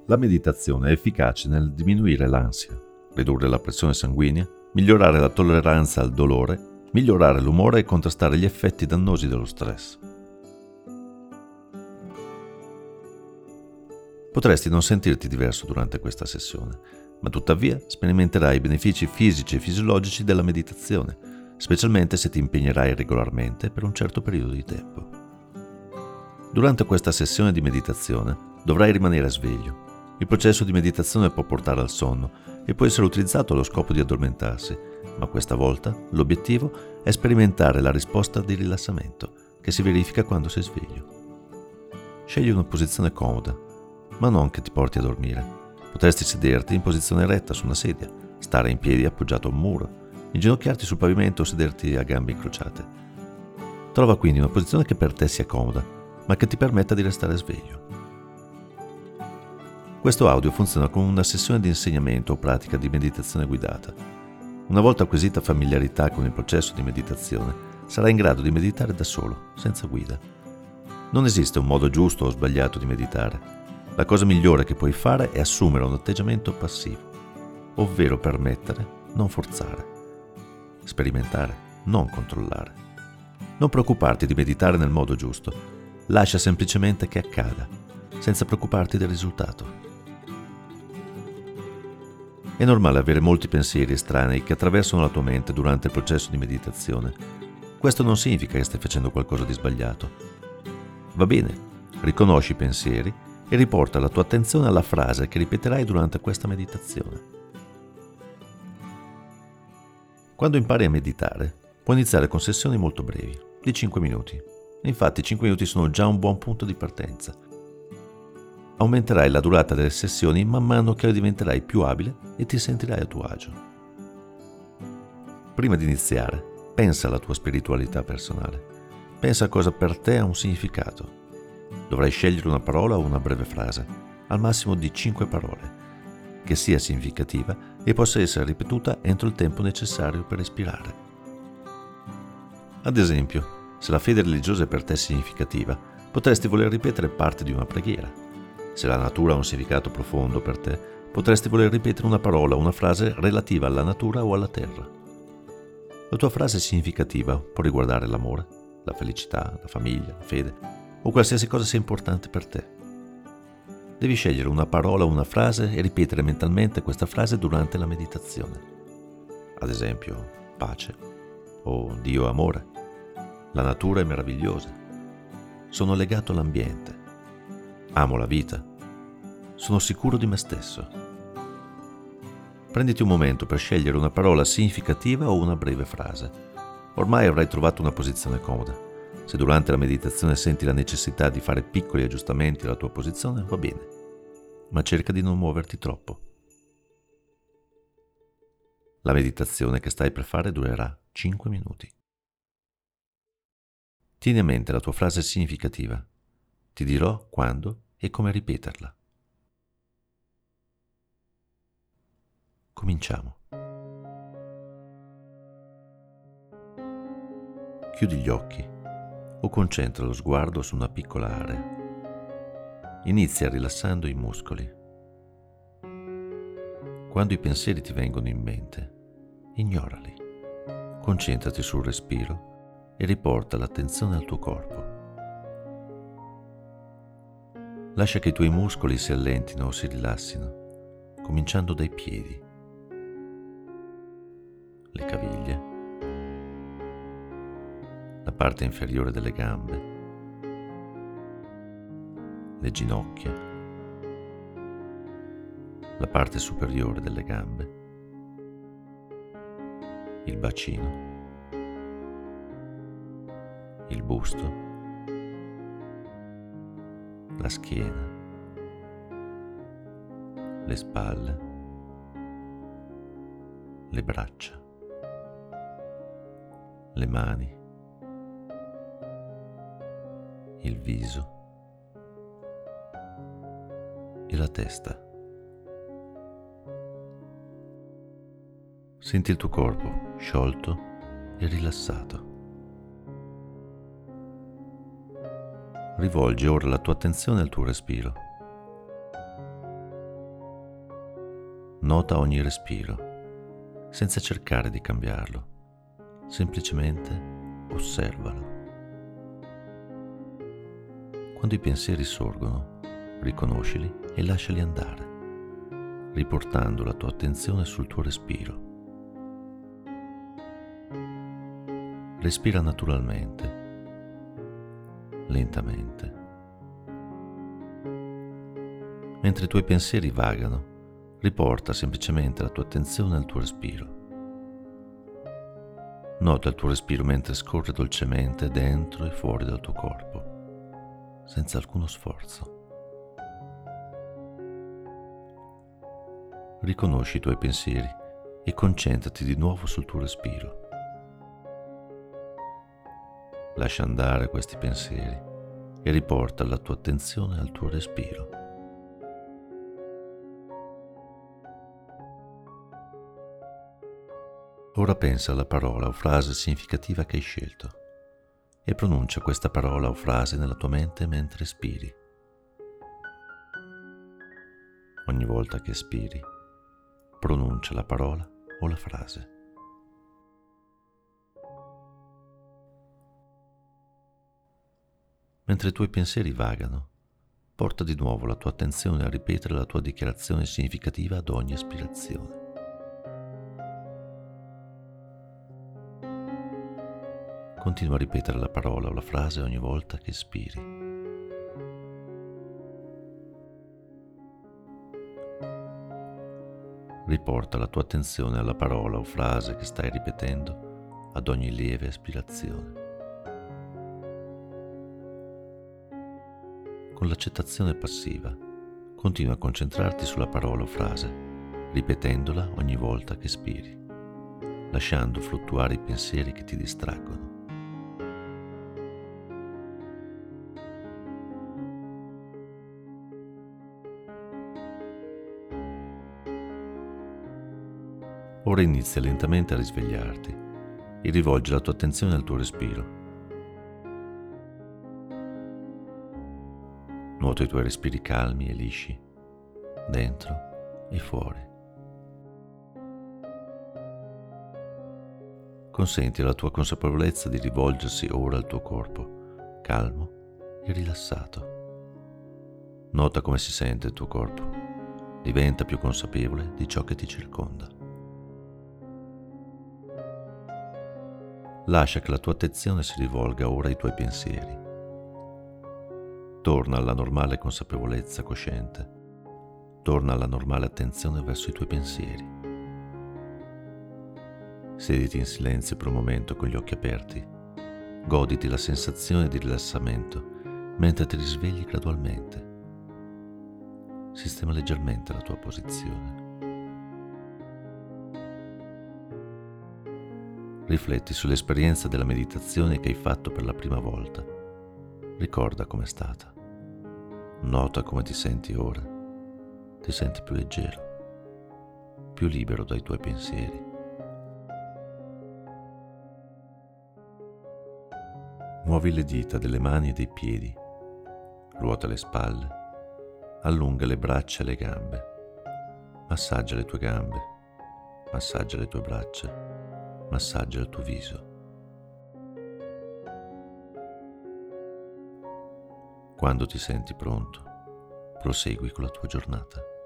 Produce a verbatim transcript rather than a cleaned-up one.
La meditazione è efficace nel diminuire l'ansia, ridurre la pressione sanguigna, migliorare la tolleranza al dolore, migliorare l'umore e contrastare gli effetti dannosi dello stress. Potresti non sentirti diverso durante questa sessione, ma tuttavia sperimenterai i benefici fisici e fisiologici della meditazione, specialmente se ti impegnerai regolarmente per un certo periodo di tempo. Durante questa sessione di meditazione dovrai rimanere sveglio. Il processo di meditazione può portare al sonno e può essere utilizzato allo scopo di addormentarsi, ma questa volta l'obiettivo è sperimentare la risposta di rilassamento che si verifica quando sei sveglio. Scegli una posizione comoda, ma non che ti porti a dormire. Potresti sederti in posizione retta su una sedia, stare in piedi appoggiato a un muro, inginocchiarti sul pavimento o sederti a gambe incrociate. Trova quindi una posizione che per te sia comoda, ma che ti permetta di restare sveglio. Questo audio funziona come una sessione di insegnamento o pratica di meditazione guidata. Una volta acquisita familiarità con il processo di meditazione, sarai in grado di meditare da solo, senza guida. Non esiste un modo giusto o sbagliato di meditare. La cosa migliore che puoi fare è assumere un atteggiamento passivo, ovvero permettere, non forzare. Sperimentare, non controllare. Non preoccuparti di meditare nel modo giusto. Lascia semplicemente che accada, senza preoccuparti del risultato. È normale avere molti pensieri estranei che attraversano la tua mente durante il processo di meditazione. Questo non significa che stai facendo qualcosa di sbagliato. Va bene, riconosci i pensieri e riporta la tua attenzione alla frase che ripeterai durante questa meditazione. Quando impari a meditare, puoi iniziare con sessioni molto brevi, di cinque minuti. Infatti cinque minuti sono già un buon punto di partenza. Aumenterai la durata delle sessioni man mano che diventerai più abile e ti sentirai a tuo agio. Prima di iniziare, pensa alla tua spiritualità personale. Pensa a cosa per te ha un significato. Dovrai scegliere una parola o una breve frase, al massimo di cinque parole, che sia significativa e possa essere ripetuta entro il tempo necessario per respirare. Ad esempio, se la fede religiosa è per te significativa, potresti voler ripetere parte di una preghiera. Se la natura ha un significato profondo per te, potresti voler ripetere una parola o una frase relativa alla natura o alla terra. La tua frase significativa può riguardare l'amore, la felicità, la famiglia, la fede o qualsiasi cosa sia importante per te. Devi scegliere una parola o una frase e ripetere mentalmente questa frase durante la meditazione. Ad esempio, pace o Dio è amore. La natura è meravigliosa. Sono legato all'ambiente. Amo la vita. Sono sicuro di me stesso. Prenditi un momento per scegliere una parola significativa o una breve frase. Ormai avrai trovato una posizione comoda. Se durante la meditazione senti la necessità di fare piccoli aggiustamenti alla tua posizione, va bene, ma cerca di non muoverti troppo. La meditazione che stai per fare durerà cinque minuti. Tieni a mente la tua frase significativa. Ti dirò quando e come ripeterla. Cominciamo. Chiudi gli occhi o concentra lo sguardo su una piccola area. Inizia rilassando i muscoli. Quando i pensieri ti vengono in mente, ignorali. Concentrati sul respiro e riporta l'attenzione al tuo corpo. Lascia che i tuoi muscoli si allentino o si rilassino, cominciando dai piedi, le caviglie, la parte inferiore delle gambe, le ginocchia, la parte superiore delle gambe, il bacino, il busto, la schiena, le spalle, le braccia, le mani, il viso e la testa. Senti il tuo corpo sciolto e rilassato. Rivolgi ora la tua attenzione al tuo respiro. Nota ogni respiro, senza cercare di cambiarlo, semplicemente osservalo. Quando i pensieri sorgono, riconoscili e lasciali andare, riportando la tua attenzione sul tuo respiro. Respira naturalmente, lentamente. Mentre i tuoi pensieri vagano, riporta semplicemente la tua attenzione al tuo respiro. Nota il tuo respiro mentre scorre dolcemente dentro e fuori dal tuo corpo, senza alcuno sforzo. Riconosci i tuoi pensieri e concentrati di nuovo sul tuo respiro. Lascia andare questi pensieri e riporta la tua attenzione al tuo respiro. Ora pensa alla parola o frase significativa che hai scelto e pronuncia questa parola o frase nella tua mente mentre espiri. Ogni volta che espiri, pronuncia la parola o la frase. Mentre i tuoi pensieri vagano, porta di nuovo la tua attenzione a ripetere la tua dichiarazione significativa ad ogni espirazione. Continua a ripetere la parola o la frase ogni volta che espiri. Riporta la tua attenzione alla parola o frase che stai ripetendo ad ogni lieve espirazione. Con l'accettazione passiva, continua a concentrarti sulla parola o frase, ripetendola ogni volta che espiri, lasciando fluttuare i pensieri che ti distraggono. Ora inizia lentamente a risvegliarti e rivolgi la tua attenzione al tuo respiro. Nuota i tuoi respiri calmi e lisci, dentro e fuori. Consenti alla tua consapevolezza di rivolgersi ora al tuo corpo, calmo e rilassato. Nota come si sente il tuo corpo. Diventa più consapevole di ciò che ti circonda. Lascia che la tua attenzione si rivolga ora ai tuoi pensieri. Torna alla normale consapevolezza cosciente. Torna alla normale attenzione verso i tuoi pensieri. Sediti in silenzio per un momento con gli occhi aperti. Goditi la sensazione di rilassamento mentre ti risvegli gradualmente. Sistema leggermente la tua posizione. Rifletti sull'esperienza della meditazione che hai fatto per la prima volta. Ricorda com'è stata. Nota come ti senti ora. Ti senti più leggero, più libero dai tuoi pensieri. Muovi le dita delle mani e dei piedi. Ruota le spalle. Allunga le braccia e le gambe. Massaggia le tue gambe. Massaggia le tue braccia. Massaggia il tuo viso. Quando ti senti pronto, prosegui con la tua giornata.